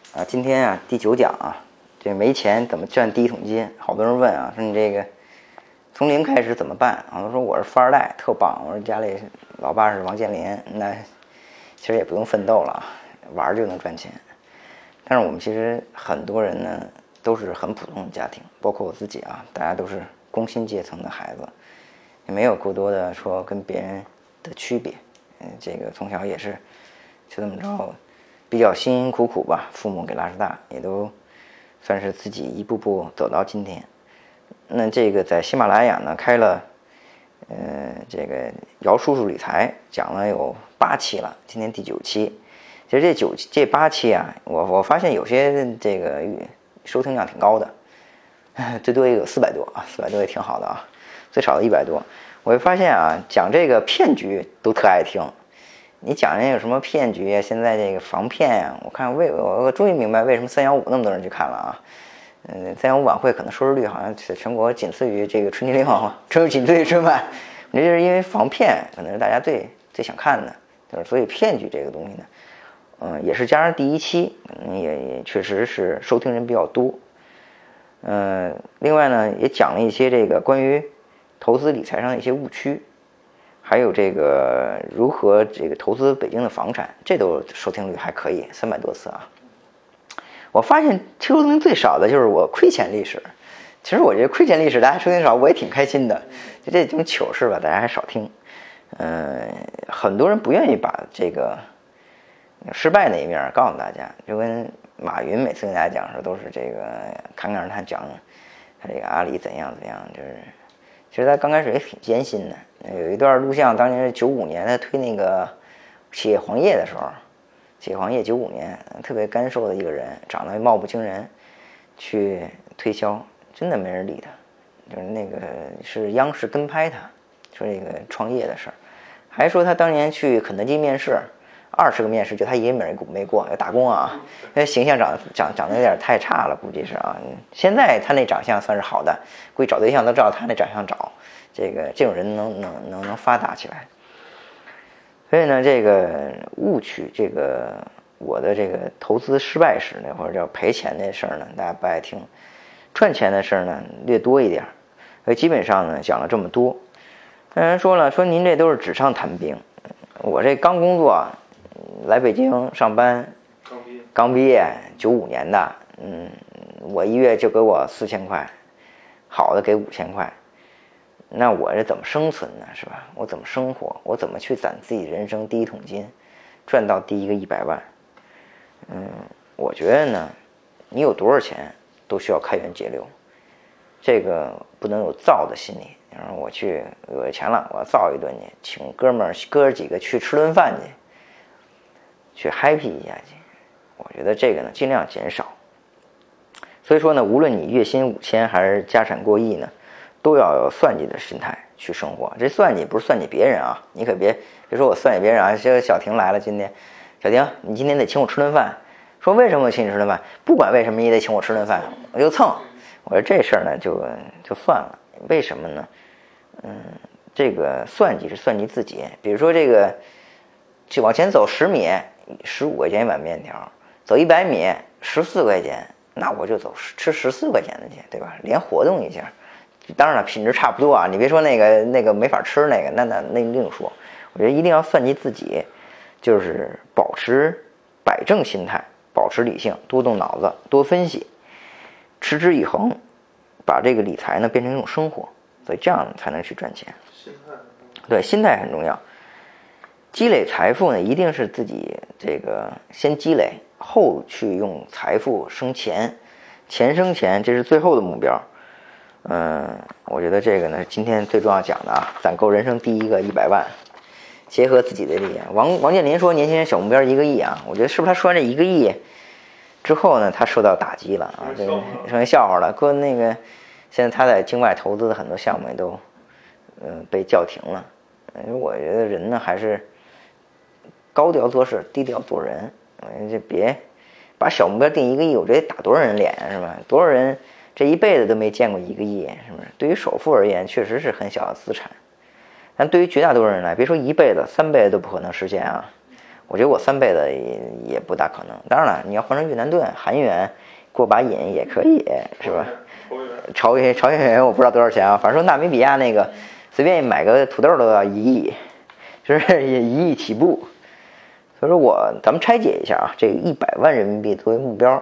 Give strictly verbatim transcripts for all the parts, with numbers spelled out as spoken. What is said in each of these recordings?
啊，今天啊第九讲啊，这没钱怎么赚第一桶金？好多人问啊，说你这个从零开始怎么办？啊，都说我是富二代，特棒。我说家里老爸是王健林，那其实也不用奋斗了，玩就能赚钱。但是我们其实很多人呢都是很普通的家庭，包括我自己啊，大家都是工薪阶层的孩子，也没有过多的说跟别人的区别。嗯，这个从小也是就这么着。比较辛辛苦苦吧，父母给拉扯大，也都算是自己一步步走到今天。那这个在喜马拉雅呢开了，呃，这个姚叔叔理财讲了有八期了，今天第九期。其实这九这八期啊，我我发现有些这个收听量挺高的，最多也有四百多啊，四百多也挺好的啊，最少的一百多。我会发现啊，讲这个骗局都特爱听。你讲人有什么骗局啊？现在这个防骗呀、啊，我看为我我终于明白为什么三幺五那么多人去看了啊。嗯，三幺五晚会可能收视率好像全国仅次于这个春节联欢，春仅次于春晚。这就是因为防骗可能是大家最最想看的，就是所以骗局这个东西呢，嗯，也是加上第一期，嗯，也也确实是收听人比较多。嗯，另外呢，也讲了一些这个关于投资理财上的一些误区。还有这个如何这个投资北京的房产，这都收听率还可以，三百多次啊。我发现收听最少的就是我亏钱历史。其实我觉得亏钱历史大家收听少，我也挺开心的。就这种糗事吧，大家还少听。嗯，很多人不愿意把这个失败那一面告诉大家，就跟马云每次跟大家讲的时候都是这个侃侃而谈讲他这个阿里怎样怎样，就是其实他刚开始也挺艰辛的。有一段录像，当年是九五年他推那个企业黄页的时候，企业黄页九五年，特别干瘦的一个人，长得貌不惊人，去推销，真的没人理他，就是那个是央视跟拍他，说这个创业的事儿，还说他当年去肯德基面试，二十个面试就他一个没没过，要打工啊，因为形象长长长得有点太差了，估计是啊。现在他那长相算是好的，估计找对象都照他那长相找。这个这种人能能能能发达起来，所以呢，这个误区，这个我的这个投资失败史呢，或者叫赔钱的事儿呢，大家不爱听；赚钱的事儿呢，略多一点。所以基本上呢，讲了这么多。有人说了，说您这都是纸上谈兵，我这刚工作，来北京上班， 刚毕业， 刚毕业，九五年的，嗯，我一月就给我四千块，好的给五千块。那我这怎么生存呢？是吧？我怎么生活？我怎么去攒自己人生第一桶金，赚到第一个一百万？嗯，我觉得呢，你有多少钱都需要开源节流，这个不能有造的心理。然后我去有钱了，我要造一顿去，请哥们儿哥几个去吃顿饭去，去 happy 一下去。我觉得这个呢，尽量减少。所以说呢，无论你月薪五千还是家产过亿呢，都要有算计的心态去生活。这算计不是算计别人啊，你可别别说我算计别人啊。这小婷来了，今天，小婷，你今天得请我吃顿饭。说为什么我请你吃顿饭？不管为什么，你得请我吃顿饭，我就蹭。我说这事儿呢，就就算了。为什么呢？嗯，这个算计是算计自己。比如说这个，去往前走十米，十五块钱一碗面条；走一百米，十四块钱，那我就走吃十四块钱的去，对吧？连活动一下。当然了，品质差不多啊，你别说那个那个没法吃那个，那那那另说。我觉得一定要算计自己，就是保持摆正心态，保持理性，多动脑子，多分析，持之以恒，把这个理财呢变成一种生活，所以这样才能去赚钱。 心态， 对，心态很重要。积累财富呢，一定是自己这个先积累，后去用财富生钱，钱生钱，这是最后的目标。嗯，我觉得这个呢，今天最重要讲的啊，攒够人生第一个一百万，结合自己的力量。王王健林说，年轻人小目标一个亿啊，我觉得是不是他说完这一个亿之后呢，他受到打击了啊，这成为笑话了。搁那个，现在他在境外投资的很多项目也都，嗯、呃，被叫停了。嗯，我觉得人呢还是高调做事，低调做人。嗯，就别把小目标定一个亿，我觉得打多少人脸啊，是吧？多少人？这一辈子都没见过一个亿，是不是？对于首富而言，确实是很小的资产，但对于绝大多数人来，别说一辈子，三辈子都不可能实现啊！ 我觉得我三辈子也也不大可能。当然了，你要换成越南盾、韩元，过把瘾也可以，是吧？朝元朝元元我不知道多少钱啊，反正说纳米比亚那个随便买个土豆都要一亿，就是也一亿起步。所以说我咱们拆解一下啊，这个一百万人民币作为目标，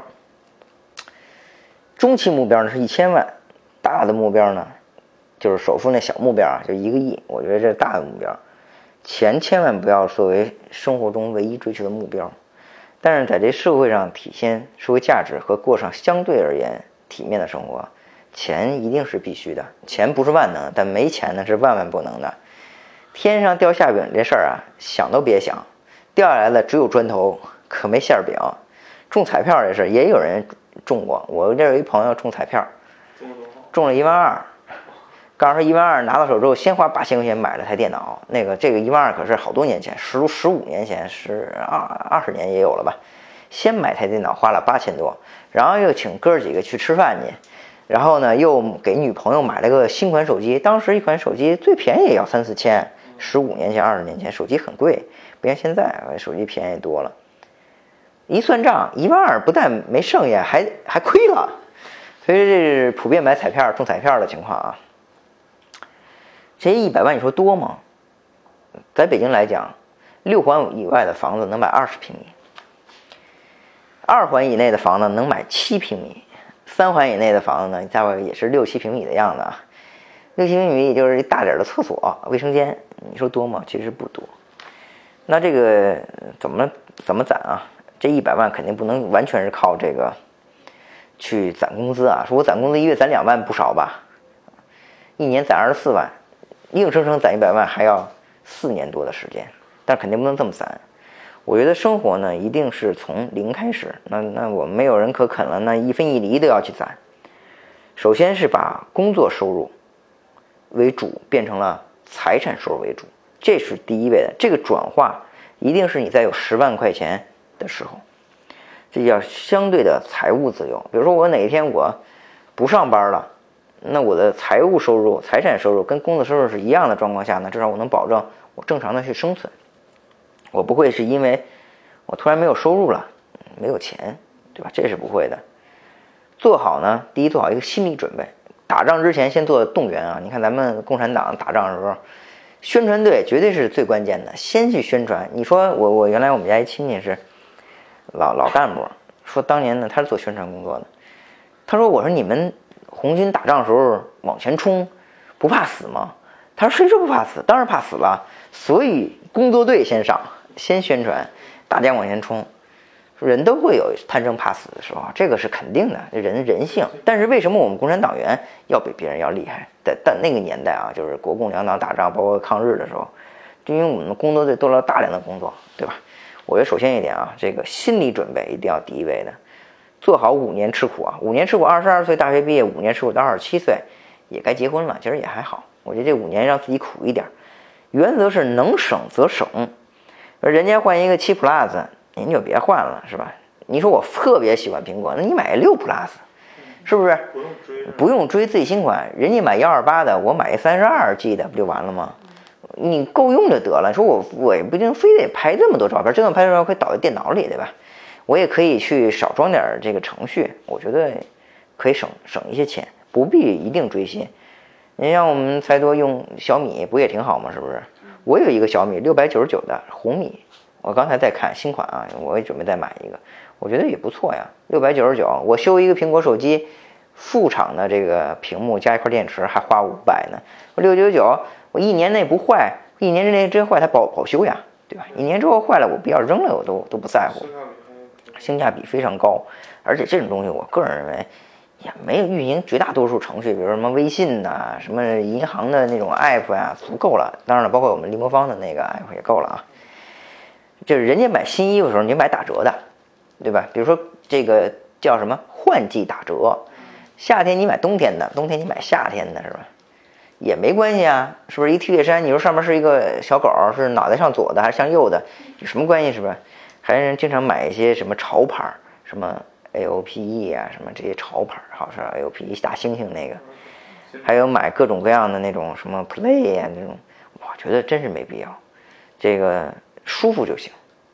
中期目标呢是一千万，大的目标呢就是首付那小目标啊，就一个亿。我觉得这是大的目标，钱千万不要作为生活中唯一追求的目标，但是在这社会上体现社会价值和过上相对而言体面的生活，钱一定是必须的。钱不是万能，但没钱呢是万万不能的。天上掉馅饼这事儿啊，想都别想，掉下来的只有砖头，可没馅饼。中彩票这事也有人中过，我这有一朋友中彩票，中了一万二，告诉他一万二拿到手之后，先花八千块钱买了台电脑。那个这个一万二可是好多年前，十十五年前，十二二十年也有了吧。先买台电脑花了八千多，然后又请哥几个去吃饭去，然后呢又给女朋友买了个新款手机。当时一款手机最便宜也要三四千，十五年前二十年前手机很贵，不像现在手机便宜多了。一算账，一万二不但没剩下，还还亏了。所以这是普遍买彩票中彩票的情况啊。这一百万你说多吗？在北京来讲，六环以外的房子能买二十平米，二环以内的房子能买七平米，三环以内的房子呢，大概也是六七平米的样子啊。六七平米也就是一大点的厕所、卫生间，你说多吗？其实不多。那这个怎么怎么攒啊？这一百万肯定不能完全是靠这个去攒工资啊。说我攒工资一月攒两万不少吧，一年攒二十四万，硬生生攒一百万还要四年多的时间，但肯定不能这么攒。我觉得生活呢一定是从零开始，那那我们没有人可啃了，那一分一厘都要去攒。首先是把工作收入为主变成了财产收入为主，这是第一位的。这个转化一定是你在有十万块钱的时候，这叫相对的财务自由。比如说我哪一天我不上班了，那我的财务收入、财产收入跟工作收入是一样的状况下呢，至少我能保证我正常的去生存。我不会是因为我突然没有收入了，没有钱，对吧？这是不会的。做好呢，第一做好一个心理准备。打仗之前先做动员啊！你看咱们共产党打仗的时候，宣传队绝对是最关键的，先去宣传。你说我我原来我们家一亲戚是老老干部，说当年呢他是做宣传工作的，他说我说你们红军打仗的时候往前冲，不怕死吗？他说谁说不怕死？当然怕死了。所以工作队先上，先宣传，大家往前冲。人都会有贪生怕死的时候，这个是肯定的，人人性。但是为什么我们共产党员要比别人要厉害？在但那个年代啊，就是国共两党打仗，包括抗日的时候，就因为我们工作队做了大量的工作，对吧？我觉得首先一点啊，这个心理准备一定要第一位的，做好五年吃苦啊，五年吃苦，二十二岁大学毕业，五年吃苦到二十七岁也该结婚了，其实也还好。我觉得这五年让自己苦一点，原则是能省则省。而人家换一个七 plus。您就别换了，是吧？你说我特别喜欢苹果，那你买六 plus， 是不是？不用追，不用追最新款，人家买幺二八的，我买三十二 G 的，不就完了吗？你够用就得了。说我我也不一定非得拍这么多照片，这么拍照片可以导在电脑里，对吧？我也可以去少装点这个程序，我觉得可以省省一些钱，不必一定追新。你像我们才多用小米，不也挺好吗？是不是？我有一个小米六百九十九的红米。我刚才在看新款啊，我也准备再买一个，我觉得也不错呀，六百九十九，我修一个苹果手机，副厂的这个屏幕加一块电池还花五百呢，我六九九，我一年内不坏，一年之内真坏它保保修呀，对吧？一年之后坏了我不要扔了，我都都不在乎，性价比非常高，而且这种东西我个人认为也没有运营绝大多数程序，比如什么微信呐、啊、什么银行的那种 app 呀、啊，足够了，当然了，包括我们立魔方的那个 app 也够了啊。就是人家买新衣服的时候，你买打折的，对吧？比如说这个叫什么换季打折，夏天你买冬天的，冬天你买夏天的，是吧？也没关系啊，是不是？一 T 恤衫，你说上面是一个小狗，是脑袋向左的还是向右的，有什么关系？是不是？还是经常买一些什么潮牌，什么 A O P E 啊，什么这些潮牌，好像 A O P E 大猩猩那个，还有买各种各样的那种什么 Play 啊那种，我觉得真是没必要，这个。舒服就行，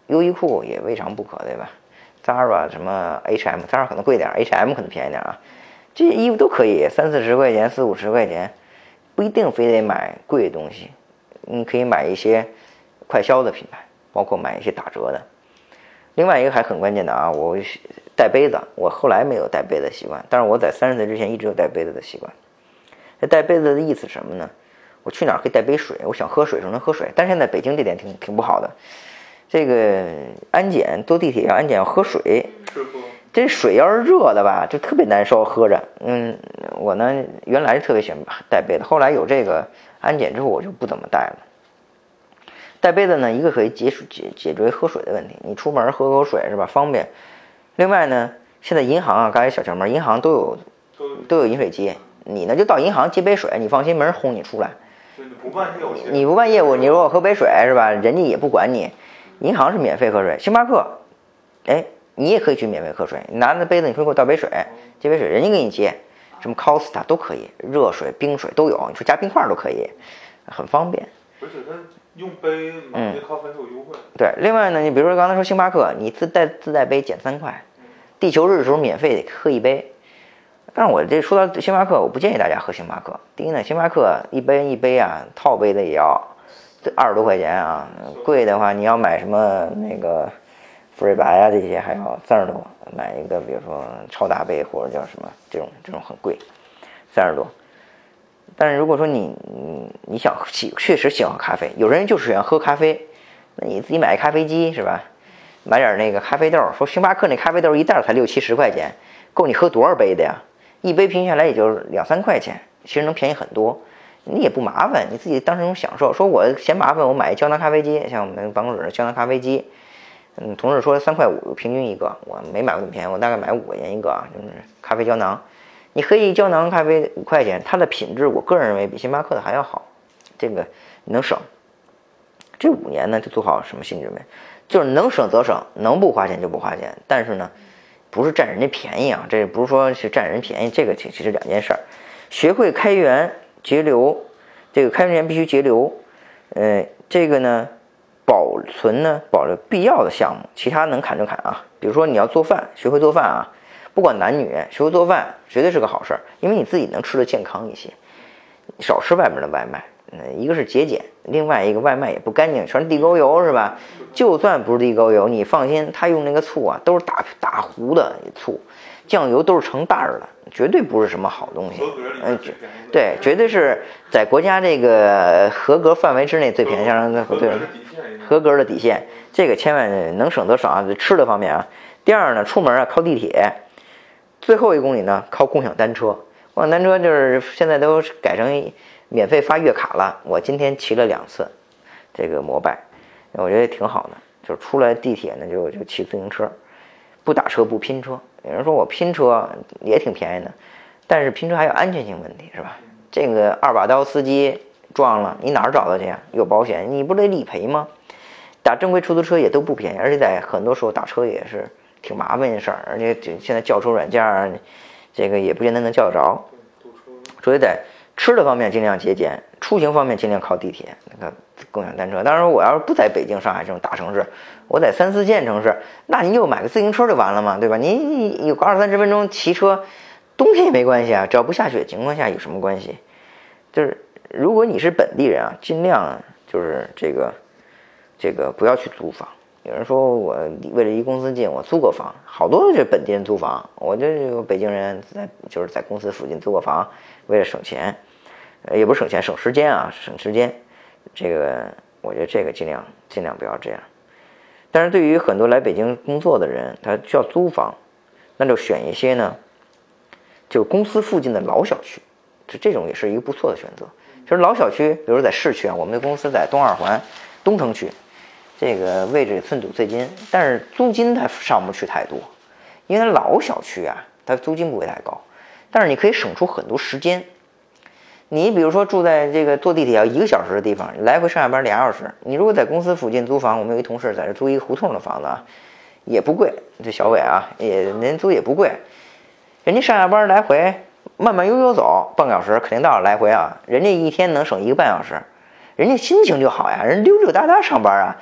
优衣库也未尝不可，对吧 ？Zara 什么 H M，Zara 可能贵点 ，H M 可能便宜点啊。这些衣服都可以，三四十块钱、四五十块钱，不一定非得买贵的东西，你可以买一些快销的品牌，包括买一些打折的。另外一个还很关键的啊，我带杯子，我后来没有带杯子的习惯，但是我在三十岁之前一直有带杯子的习惯。这带杯子的意思是什么呢？我去哪儿可以带杯水，我想喝水时候能喝水。但是现在北京这点挺挺不好的，这个安检坐地铁要安检要喝水，这水要是热的吧，就特别难受喝着。嗯，我呢原来是特别喜欢带杯子，后来有这个安检之后，我就不怎么带了。带杯子呢，一个可以解解解决喝水的问题，你出门喝口水是吧，方便。另外呢，现在银行啊，刚才小窍门，银行都有都有饮水机，你呢就到银行接杯水，你放心，没人轰你出来。 你不办业务， 你不办业务，你如果喝杯水是吧，人家也不管你。银行是免费喝水，星巴克，哎，你也可以去免费喝水，你拿着杯子，你说给我倒杯水，接杯水，人家给你接，什么 Costa 都可以，热水、冰水都有，你说加冰块都可以，很方便。 而且它用杯买杯咖啡有优惠。 嗯、对，另外呢，你比如说刚才说星巴克，你自带自带杯减三块，地球日的时候免费喝一杯。但是我这说到星巴克，我不建议大家喝星巴克。第一呢，星巴克一杯一杯啊，套杯的也要二十多块钱啊，贵的话你要买什么那个馥芮白啊这些还要三十多，买一个比如说超大杯或者叫什么这种这种很贵，三十多。但是如果说你你你想喜确实喜欢咖啡，有人就是喜欢喝咖啡，那你自己买一咖啡机是吧？买点那个咖啡豆，说星巴克那咖啡豆一袋才六七十块钱，够你喝多少杯的呀？一杯平均下来也就两三块钱，其实能便宜很多，你也不麻烦，你自己当成一种享受。说我嫌麻烦，我买一胶囊咖啡机，像我们办公室的胶囊咖啡机，嗯，同事说三块五平均一个，我没买过那么便宜，我大概买五块钱一个啊，就是咖啡胶囊。你喝一胶囊咖啡五块钱，它的品质我个人认为比星巴克的还要好，这个你能省。这五年呢就做好什么心理准备，就是能省则省，能不花钱就不花钱。但是呢，不是占人家便宜啊，这不是说是占人便宜，这个其实两件事儿。学会开源节流，这个开源必须节流，呃，这个呢保存呢保留必要的项目，其他能砍就砍啊。比如说你要做饭，学会做饭啊。不管男女，学会做饭绝对是个好事儿，因为你自己能吃得健康一些，少吃外面的外卖。嗯，一个是节俭，另外一个外卖也不干净，全是地沟油是吧？就算不是地沟油，你放心，他用那个醋啊，都是大大壶的醋，酱油都是成袋儿的，绝对不是什么好东西。嗯，对，绝对是在国家这个合格范围之内最便宜，像对合格的底线，这个千万能省则省啊。吃的方面啊，第二呢，出门啊靠地铁。最后一公里呢，靠共享单车。共享单车就是现在都改成免费发月卡了。我今天骑了两次，这个摩拜，我觉得挺好的。就是出来地铁呢，就就骑自行车，不打车不拼车。有人说我拼车也挺便宜的，但是拼车还有安全性问题，是吧？这个二把刀司机撞了，你哪儿找到去呀？有保险，你不得理赔吗？打正规出租车也都不便宜，而且在很多时候打车也是挺麻烦的事儿，而且现在叫车软件这个也不见得能叫得着。所以在吃的方面尽量节俭，出行方面尽量靠地铁那个共享单车。当然我要是不在北京上海这种大城市，我在三四线城市，那你就买个自行车就完了嘛，对吧？你有个二三十分钟骑车，冬天也没关系啊，只要不下雪情况下有什么关系？就是如果你是本地人啊，尽量就是这个这个不要去租房。有人说我为了离公司近，我租过房，好多这本地人租房，我这个北京人在就是在公司附近租过房，为了省钱，呃也不是省钱，省时间啊，省时间。这个我觉得这个尽量尽量不要这样。但是对于很多来北京工作的人，他需要租房，那就选一些呢，就公司附近的老小区，就这种也是一个不错的选择。就是老小区，比如在市区啊，我们的公司在东二环东城区。这个位置寸土寸金，但是租金它上不去太多，因为它老小区啊，它租金不会太高，但是你可以省出很多时间。你比如说住在这个坐地铁要一个小时的地方，来回上下班俩小时，你如果在公司附近租房，我们有一同事在这租一个胡同的房子啊，也不贵，这小伟啊，也人租也不贵，人家上下班来回慢慢悠悠走，半个小时肯定到了来回啊，人家一天能省一个半小时。人家心情就好呀，人溜溜达达上班啊，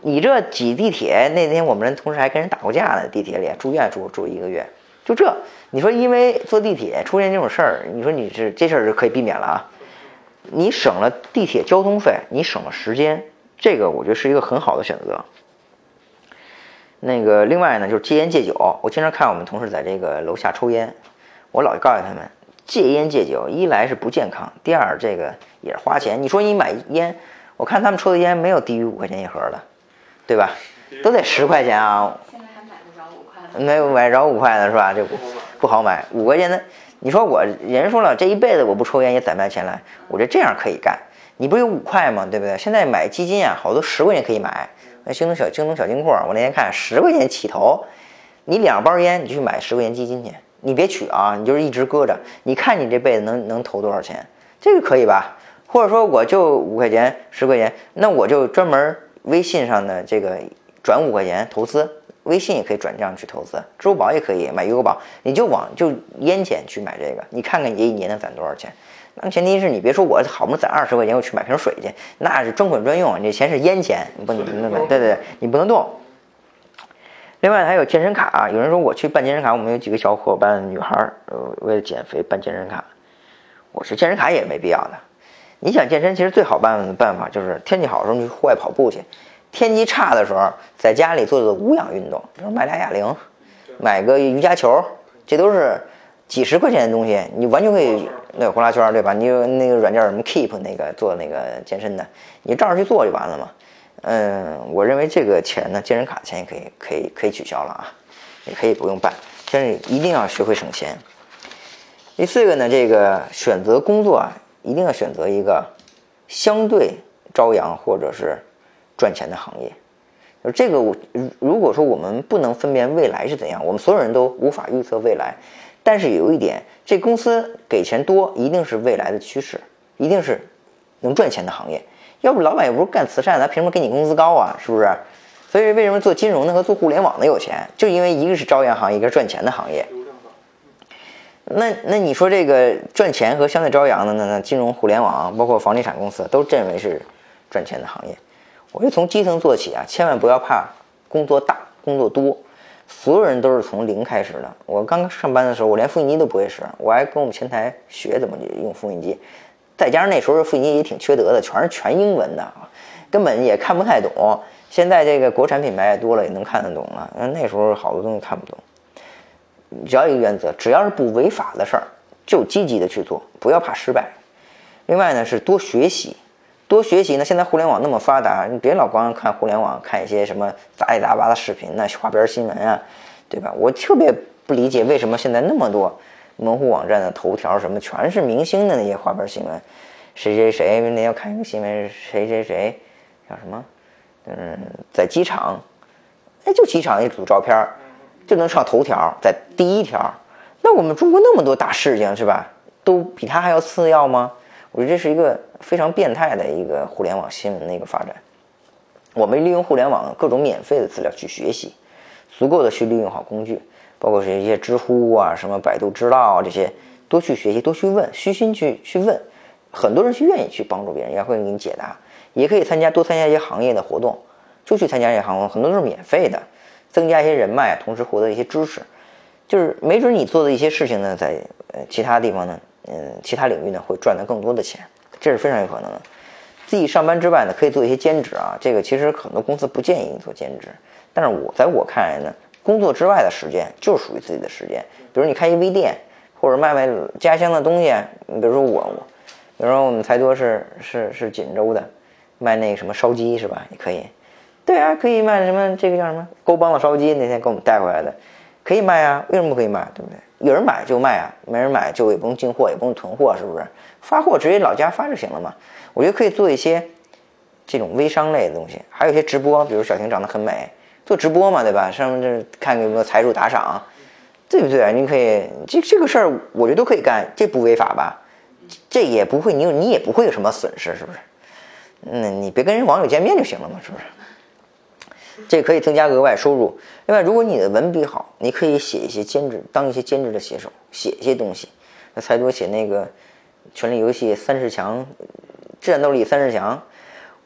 你这挤地铁那天，我们同事还跟人打过架呢，地铁里住院住住一个月，就这，你说因为坐地铁出现这种事儿，你说你是这事儿是可以避免了啊，你省了地铁交通费，你省了时间，这个我觉得是一个很好的选择。那个另外呢，就是戒烟戒酒，我经常看我们同事在这个楼下抽烟，我老告诉他们，戒烟戒酒，一来是不健康，第二这个也是花钱。你说你买烟，我看他们抽的烟没有低于五块钱一盒的。对吧？都得十块钱啊！ 现在还买不着五块的， 没有买着五块的是吧？这不不好买，五块钱的。你说我人说了，这一辈子我不抽烟也攒不下钱来，我这这样可以干。你不是有五块吗？对不对？现在买基金啊，好多十块钱可以买。那京东小京东小金库，我那天看十块钱起头，你两包烟你就去买十块钱基金去，你别取啊，你就是一直搁着，你看你这辈子能能投多少钱？这个可以吧？或者说我就五块钱十块钱，那我就专门。微信上的这个转五块钱投资，微信也可以转账去投资，支付宝也可以买余额宝，你就往就烟钱去买这个，你看看你这一年能攒多少钱？那前提是你别说我好不容易攒二十块钱我去买瓶水去，那是专款专用，你这钱是烟钱，你不能不能买，对对对，你不能动。另外还有健身卡，有人说我去办健身卡，我们有几个小伙伴女孩呃为了减肥办健身卡，我是健身卡也没必要的。你想健身，其实最好办的办法就是天气好的时候你去户外跑步去，天气差的时候在家里做做无氧运动，比如买俩哑铃，买个瑜伽球，这都是几十块钱的东西，你完全可以那个呼啦圈，对吧？你有那个软件什么 Keep 那个做那个健身的，你照着去做就完了嘛。嗯，我认为这个钱呢，健身卡的钱也可以可以可以取消了啊，也可以不用办，但是一定要学会省钱。第四个呢，这个选择工作啊。一定要选择一个相对朝阳或者是赚钱的行业。这个我如果说我们不能分辨未来是怎样，我们所有人都无法预测未来。但是有一点，这公司给钱多，一定是未来的趋势，一定是能赚钱的行业。要不老板也不是干慈善的，凭什么给你工资高啊？是不是？所以为什么做金融的和做互联网的有钱？就因为一个是朝阳行业，一个是赚钱的行业。那那你说这个赚钱和相对朝阳的呢？那金融、互联网，包括房地产公司，都认为是赚钱的行业。我觉得从基层做起啊，千万不要怕工作大、工作多。所有人都是从零开始的。我刚上班的时候，我连复印机都不会使，我还跟我们前台学怎么用复印机。再加上那时候复印机也挺缺德的，全是全英文的，根本也看不太懂。现在这个国产品牌也多了，也能看得懂了。那时候好多东西看不懂。只要一个原则，只要是不违法的事儿，就积极的去做，不要怕失败。另外呢，是多学习，多学习呢。现在互联网那么发达，你别老光看互联网，看一些什么杂七杂八的视频，那花边新闻啊，对吧？我特别不理解为什么现在那么多门户网站的头条什么全是明星的那些花边新闻，谁谁谁那天看一个新闻，谁谁谁叫什么，嗯，在机场，哎，就机场一组照片。就能上头条，在第一条。那我们中国那么多大事情是吧，都比它还要次要吗？我觉得这是一个非常变态的一个互联网新闻的一个发展。我们利用互联网各种免费的资料去学习，足够的去利用好工具，包括是一些知乎啊、什么百度知道啊这些，多去学习，多去问，虚心去去问。很多人去愿意去帮助别人，也会给你解答。也可以参加多参加一些行业的活动，就去参加这些行业，很多都是免费的。增加一些人脉，同时获得一些知识，就是没准你做的一些事情呢，在呃其他地方呢，嗯，其他领域呢会赚得更多的钱，这是非常有可能的。自己上班之外呢，可以做一些兼职啊，这个其实很多公司不建议你做兼职，但是我在我看来呢，工作之外的时间就属于自己的时间。比如你开一微店，或者卖卖家乡的东西，你比如说我，我，比如说我们才多是是是锦州的，卖那个什么烧鸡是吧？也可以。对啊，可以卖什么？这个叫什么？沟帮的烧鸡，那天给我们带回来的，可以卖啊。为什么不可以卖？对不对？有人买就卖啊，没人买就也不用进货，也不用囤货，是不是？发货直接老家发就行了嘛。我觉得可以做一些这种微商类的东西，还有一些直播，比如小婷长得很美，做直播嘛，对吧？上面这看有没有财主打赏，对不对啊？你可以这这个事儿，我觉得都可以干，这不违法吧？这也不会，你有你也不会有什么损失，是不是？嗯，你别跟人网友见面就行了嘛，是不是？这可以增加额外收入。另外，如果你的文笔好，你可以写一些兼职，当一些兼职的写手，写一些东西。那才多写那个《权力游戏》三十强，战斗力三十强。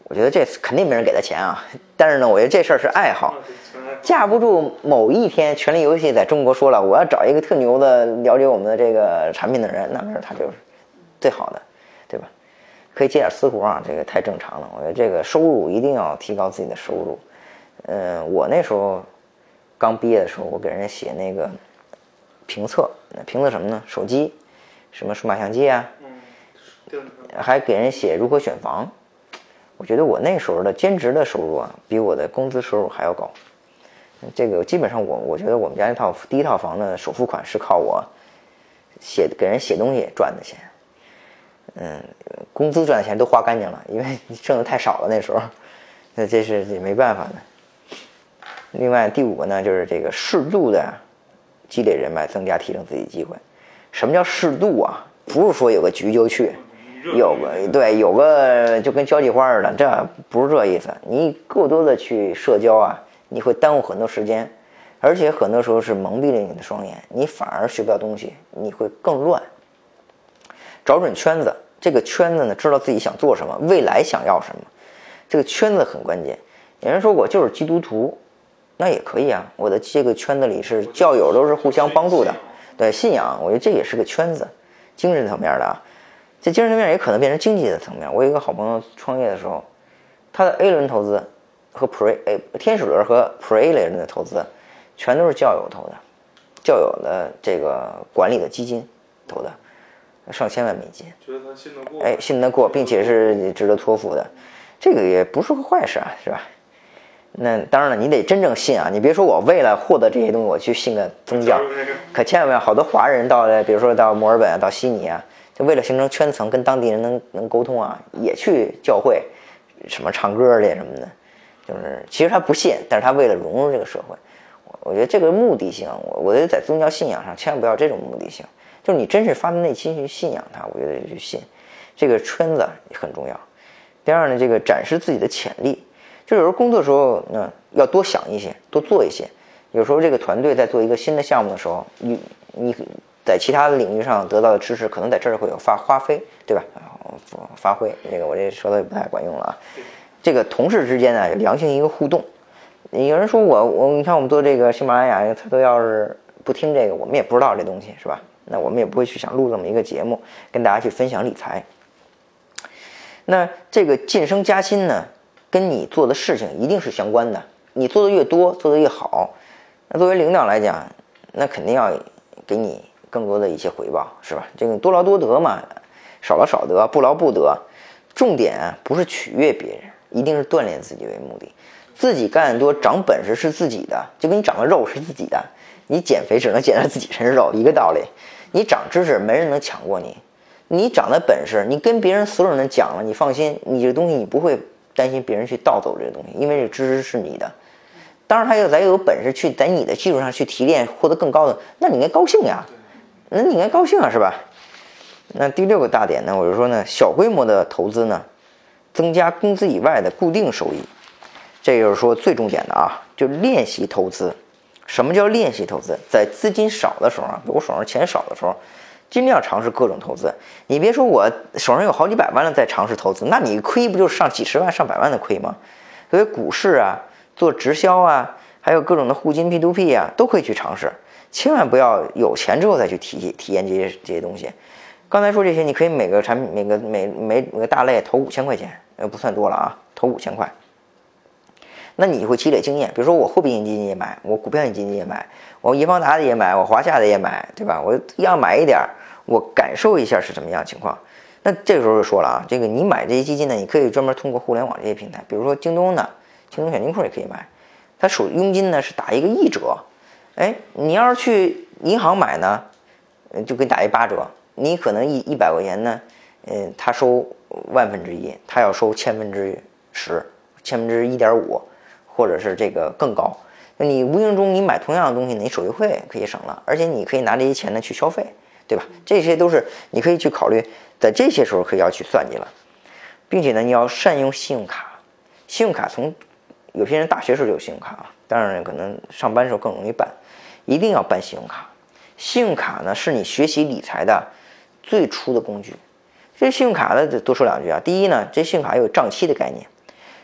我觉得这肯定没人给他钱啊，但是呢，我觉得这事儿是爱好。架不住某一天，权力游戏在中国说了，我要找一个特牛的了解我们的这个产品的人，那没准他就是最好的，对吧？可以接点私活啊，这个太正常了。我觉得这个收入一定要提高自己的收入。嗯，我那时候刚毕业的时候，我给人家写那个评测，评测什么呢？手机，什么数码相机啊，还给人写如何选房。我觉得我那时候的兼职的收入啊，比我的工资收入还要高。这个基本上我我觉得我们家那套第一套房的首付款是靠我写给人写东西赚的钱。嗯，工资赚的钱都花干净了，因为挣的太少了那时候，那这是也没办法的。另外第五个呢，就是这个适度的积累人脉，增加提升自己机会。什么叫适度啊？不是说有个局就去，有个对有个就跟交际花似的，这不是这意思。你过多的去社交啊，你会耽误很多时间，而且很多时候是蒙蔽了你的双眼，你反而学不到东西，你会更乱。找准圈子，这个圈子呢，知道自己想做什么，未来想要什么，这个圈子很关键。有人说我就是基督徒，那也可以啊，我的这个圈子里是教友，都是互相帮助的，对，信仰，我觉得这也是个圈子，精神层面的啊。这精神层面也可能变成经济的层面。我有一个好朋友创业的时候，他的 A 轮投资和 Pre A 天使轮和 Pre 类的投资，全都是教友投的，教友的这个管理的基金投的。上千万美金， 觉得他信得过， 哎，信得过，并且是值得托付的，这个也不是个坏事啊，是吧？那当然了，你得真正信啊，你别说我为了获得这些东西我去信个宗教，可千万不要。好多华人到了，比如说到墨尔本啊，到悉尼啊，就为了形成圈层，跟当地人能能沟通啊，也去教会，什么唱歌的什么的，就是其实他不信，但是他为了融入这个社会，我我觉得这个目的性，我我觉得在宗教信仰上千万不要这种目的性。就是你真是发自内心去信仰它，我觉得去信，这个圈子很重要。第二呢，这个展示自己的潜力，就有时候工作的时候呢，要多想一些，多做一些。有时候这个团队在做一个新的项目的时候，你你在其他的领域上得到的知识，可能在这儿会有发发挥，对吧？发挥，这个我这舌头也不太管用了啊。这个同事之间呢，良性一个互动。有人说我我你看我们做这个喜马拉雅，他都要是不听这个，我们也不知道这东西是吧？那我们也不会去想录这么一个节目跟大家去分享理财。那这个晋升加薪呢，跟你做的事情一定是相关的，你做的越多，做的越好，那作为领导来讲，那肯定要给你更多的一些回报，是吧？这个多劳多得嘛，少劳少得，不劳不得。重点不是取悦别人，一定是锻炼自己为目的。自己干得多，长本事是自己的，就跟你长的肉是自己的，你减肥只能减到自己身上肉，一个道理。你长知识，没人能抢过你；你长的本事，你跟别人所有人讲了，你放心，你这个东西你不会担心别人去盗走这个东西，因为这个知识是你的。当然，他要咱有本事去在你的基础上去提炼，获得更高的，那你应该高兴呀，那你应该高兴啊，是吧？那第六个大点呢，我就说呢，小规模的投资呢，增加工资以外的固定收益，这就是说最重点的啊，就练习投资。什么叫练习投资？在资金少的时候啊，我手上钱少的时候，尽量尝试各种投资。你别说我手上有好几百万了再尝试投资，那你亏不就是上几十万上百万的亏吗？所以股市啊，做直销啊，还有各种的互金 P to P 啊，都可以去尝试。千万不要有钱之后再去体体验这些这些东西。刚才说这些，你可以每个产品每个每每每个大类投五千块钱，呃，不算多了啊，投五千块。那你会积累经验，比如说我货币型基金也买，我股票型基金也买，我易方达的也买，我华夏的也买，对吧？我一样买一点，我感受一下是什么样的情况。那这个时候就说了啊，这个你买这些基金呢，你可以专门通过互联网这些平台，比如说京东的京东选金库也可以买，它首佣金呢是打一个一折，哎，你要是去银行买呢，就给你打一八折，你可能一一百块钱呢，嗯，他收万分之一，他要收千分之十，千分之一点五。或者是这个更高，那你无形中你买同样的东西，你手续费可以省了，而且你可以拿这些钱呢去消费，对吧？这些都是你可以去考虑，在这些时候可以要去算计了，并且呢，你要善用信用卡。信用卡从有些人大学时候就有信用卡啊，当然可能上班时候更容易办，一定要办信用卡。信用卡呢是你学习理财的最初的工具。这信用卡呢多说两句啊，第一呢，这信用卡有账期的概念。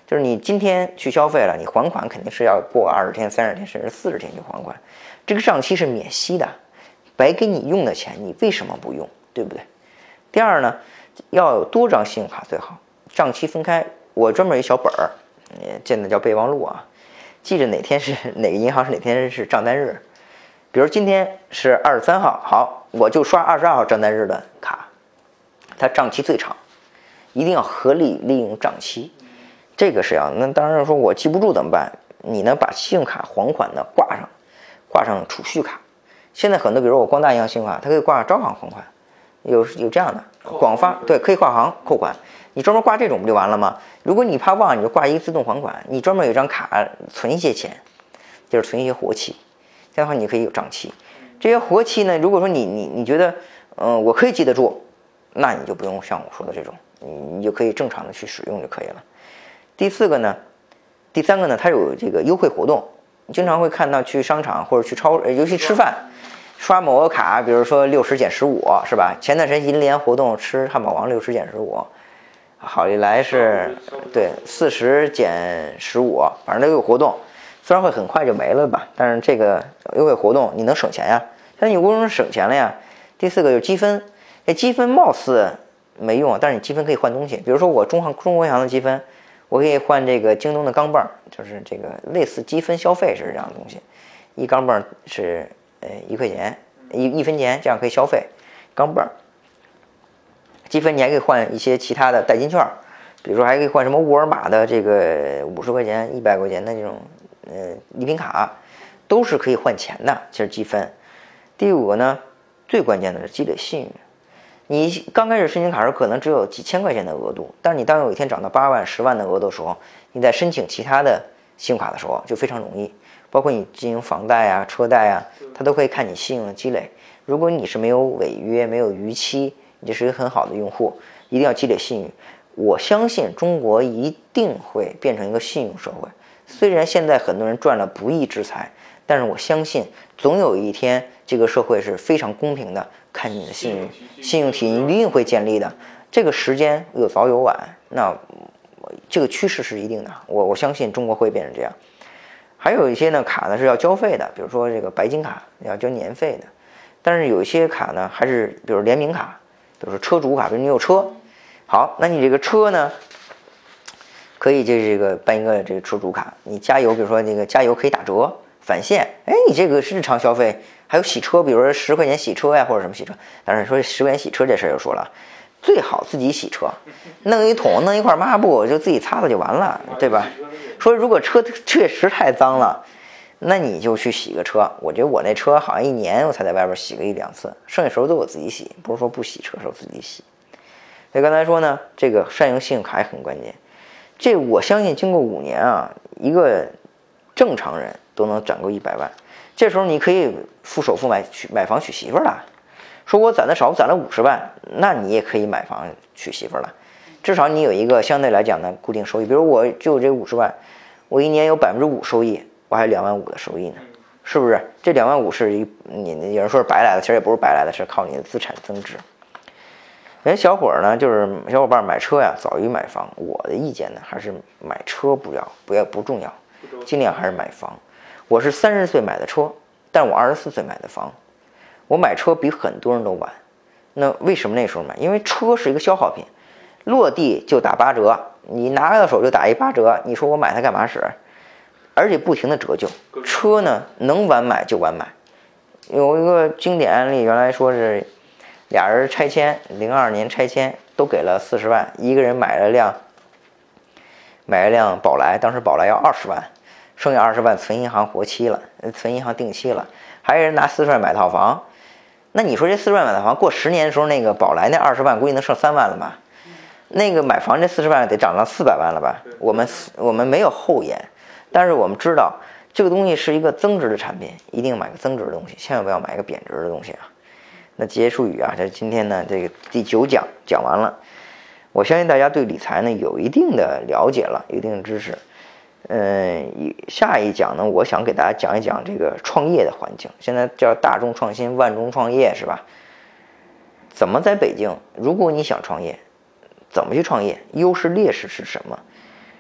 就是你今天去消费了，你还款肯定是要过二十天、三十天甚至四十天去还款，这个账期是免息的，白给你用的钱你为什么不用，对不对？第二呢，要有多张信用卡最好，账期分开。我专门有一小本儿，见的叫备忘录啊，记着哪天是哪个银行是哪天是账单日。比如今天是二十三号，好，我就刷二十二号账单日的卡，它账期最长，一定要合理利用账期。这个是要，那当然说我记不住怎么办？你呢，把信用卡还款呢挂上，挂上储蓄卡。现在很多，比如我光大银行信用卡，它可以挂招行还款，有有这样的广发，对，可以跨行扣款。你专门挂这种不就完了吗？如果你怕忘，你就挂一个自动还款。你专门有一张卡存一些钱，就是存一些活期，这样的话你可以有账期。这些活期呢，如果说你你你觉得，嗯、呃，我可以记得住，那你就不用像我说的这种，你你就可以正常的去使用就可以了。第四个呢，第三个呢，它有这个优惠活动，你经常会看到去商场或者去超，尤其吃饭，刷某个卡，比如说六十减十五，是吧？前段时间银联活动吃汉堡王六十减十五，好利来是对四十减十五，反正都有活动，虽然会很快就没了吧，但是这个优惠活动你能省钱呀，但你无论省钱了呀。第四个就是积分，这积分貌似没用，但是你积分可以换东西，比如说我中行中国银行的积分。我可以换这个京东的钢镚，就是这个类似积分消费是这样的东西，一钢镚是呃一块钱，一一分钱，这样可以消费钢镚。积分你还可以换一些其他的代金券，比如说还可以换什么沃尔玛的这个五十块钱、一百块钱的这种呃礼品卡，都是可以换钱的，其实积分。第五个呢，最关键的是积累信誉。你刚开始申请卡时可能只有几千块钱的额度，但是你当有一天涨到八万、十万的额度的时候，你在申请其他的信用卡的时候就非常容易，包括你经营房贷啊、车贷啊，它都可以看你信用的积累。如果你是没有违约、没有逾期，你就是一个很好的用户，一定要积累信誉。我相信中国一定会变成一个信用社会，虽然现在很多人赚了不义之财，但是我相信总有一天这个社会是非常公平的，看你的信誉，信用体系一定会建立的。这个时间有早有晚，那这个趋势是一定的，我我相信中国会变成这样。还有一些呢卡呢是要交费的，比如说这个白金卡要交年费的，但是有一些卡呢还是比如联名卡，比如说车主卡，比如你有车，好，那你这个车呢可以这这个办一个这个车主卡，你加油，比如说这个加油可以打折返现，哎，你这个是日常消费。还有洗车，比如说十块钱洗车呀，或者什么洗车。但是说十块钱洗车这事儿又说了，最好自己洗车，弄一桶，弄一块抹布，就自己擦擦就完了，对吧？说如果车确实太脏了，那你就去洗个车。我觉得我那车好像一年我才在外边洗个一两次，剩下时候都我自己洗，不是说不洗车时候自己洗。所以刚才说呢，这个善用信用卡也很关键。这我相信经过五年啊，一个正常人都能攒够一百万。这时候你可以付首付买娶买房娶媳妇了。说我攒的少，我攒了五十万，那你也可以买房娶媳妇了。至少你有一个相对来讲的固定收益。比如我就这五十万，我一年有百分之五收益，我还有两万五的收益呢，是不是？这两万五是一你有人说是白来的，其实也不是白来的，是靠你的资产增值。人小伙呢，就是小伙伴买车呀，早于买房。我的意见呢，还是买车不要不要不重要，尽量还是买房。我是三十岁买的车，但我二十四岁买的房，我买车比很多人都晚。那为什么那时候买？因为车是一个消耗品，落地就打八折，你拿到手就打一八折，你说我买它干嘛使？而且不停的折旧。车呢，能晚买就晚买。有一个经典案例，原来说是俩人拆迁，零二年拆迁都给了四十万，一个人买了辆买了辆宝来，当时宝来要二十万。剩下二十万存银行活期了，存银行定期了，还有人拿四十万买套房。那你说这四十万买套房，过十年的时候，那个宝来那二十万估计能剩三万了吧？那个买房这四十万得涨到四百万了吧？我们我们没有后延，但是我们知道这个东西是一个增值的产品，一定买个增值的东西，千万不要买一个贬值的东西啊。那结束语啊，这今天呢这个第九讲讲完了，我相信大家对理财呢有一定的了解了，有一定的知识。嗯，下一讲呢，我想给大家讲一讲这个创业的环境。现在叫大众创新，万众创业，是吧？怎么在北京？如果你想创业，怎么去创业？优势劣势是什么？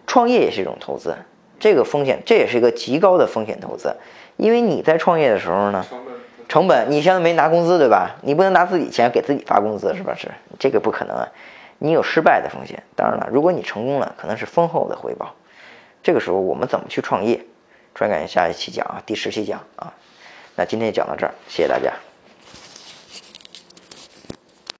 创业也是一种投资，这个风险这也是一个极高的风险投资，因为你在创业的时候呢， 成本成本你相当于没拿工资对吧？你不能拿自己钱给自己发工资是吧？是这个不可能啊，你有失败的风险。当然了，如果你成功了，可能是丰厚的回报。这个时候我们怎么去创业？专感谢下一期讲啊，第十期讲啊。那今天就讲到这儿，谢谢大家。